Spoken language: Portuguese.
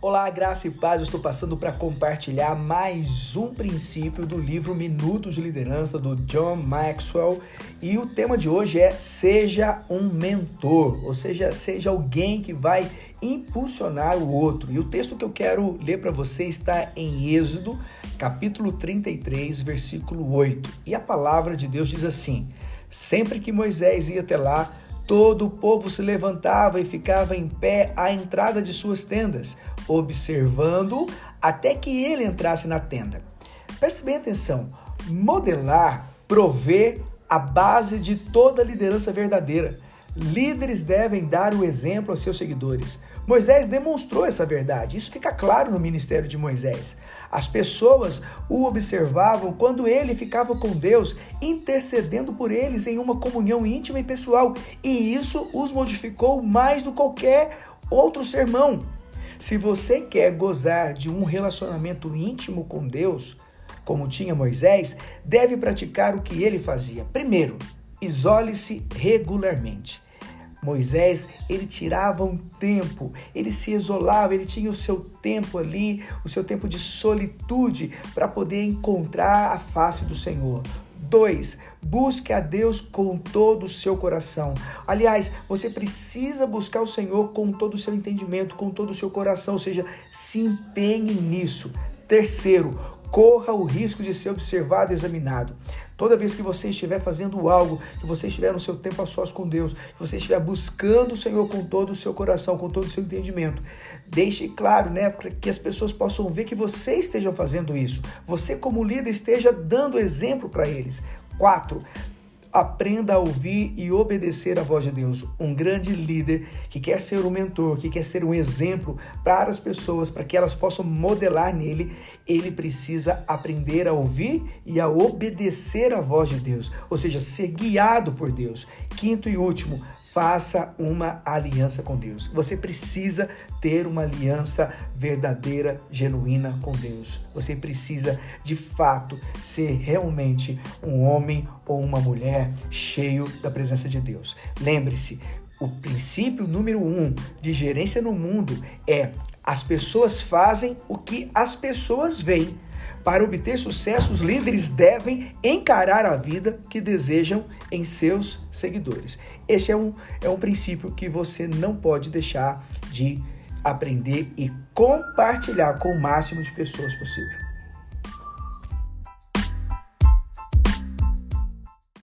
Olá, graça e paz, eu estou passando para compartilhar mais um princípio do livro Minutos de Liderança, do John Maxwell, e o tema de hoje é seja um mentor, ou seja, seja alguém que vai impulsionar o outro. E o texto que eu quero ler para você está em Êxodo, capítulo 33, versículo 8, e a palavra de Deus diz assim: sempre que Moisés ia até lá, todo o povo se levantava e ficava em pé à entrada de suas tendas, observando até que ele entrasse na tenda. Preste bem atenção, modelar provê a base de toda liderança verdadeira. Líderes devem dar o exemplo aos seus seguidores. Moisés demonstrou essa verdade, isso fica claro no ministério de Moisés. As pessoas o observavam quando ele ficava com Deus, intercedendo por eles em uma comunhão íntima e pessoal, e isso os modificou mais do que qualquer outro sermão. Se você quer gozar de um relacionamento íntimo com Deus, como tinha Moisés, deve praticar o que ele fazia. Primeiro, isole-se regularmente. Moisés, ele tirava um tempo, ele se isolava, ele tinha o seu tempo ali, o seu tempo de solitude para poder encontrar a face do Senhor. 2. Busque a Deus com todo o seu coração. Aliás, você precisa buscar o Senhor com todo o seu entendimento, com todo o seu coração, ou seja, se empenhe nisso. 3. Corra o risco de ser observado e examinado. Toda vez que você estiver fazendo algo, que você estiver no seu tempo a sós com Deus, que você estiver buscando o Senhor com todo o seu coração, com todo o seu entendimento, deixe claro, para que as pessoas possam ver que você esteja fazendo isso. Você, como líder, esteja dando exemplo para eles. 4. Aprenda a ouvir e obedecer a voz de Deus. Um grande líder que quer ser um mentor, que quer ser um exemplo para as pessoas, para que elas possam modelar nele, ele precisa aprender a ouvir e a obedecer a voz de Deus, ou seja, ser guiado por Deus. 5º e último, faça uma aliança com Deus. Você precisa ter uma aliança verdadeira, genuína com Deus. Você precisa, de fato, ser realmente um homem ou uma mulher cheio da presença de Deus. Lembre-se, o princípio número 1 de gerência no mundo é: as pessoas fazem o que as pessoas veem. Para obter sucesso, os líderes devem encarar a vida que desejam em seus seguidores. Este é um princípio que você não pode deixar de aprender e compartilhar com o máximo de pessoas possível.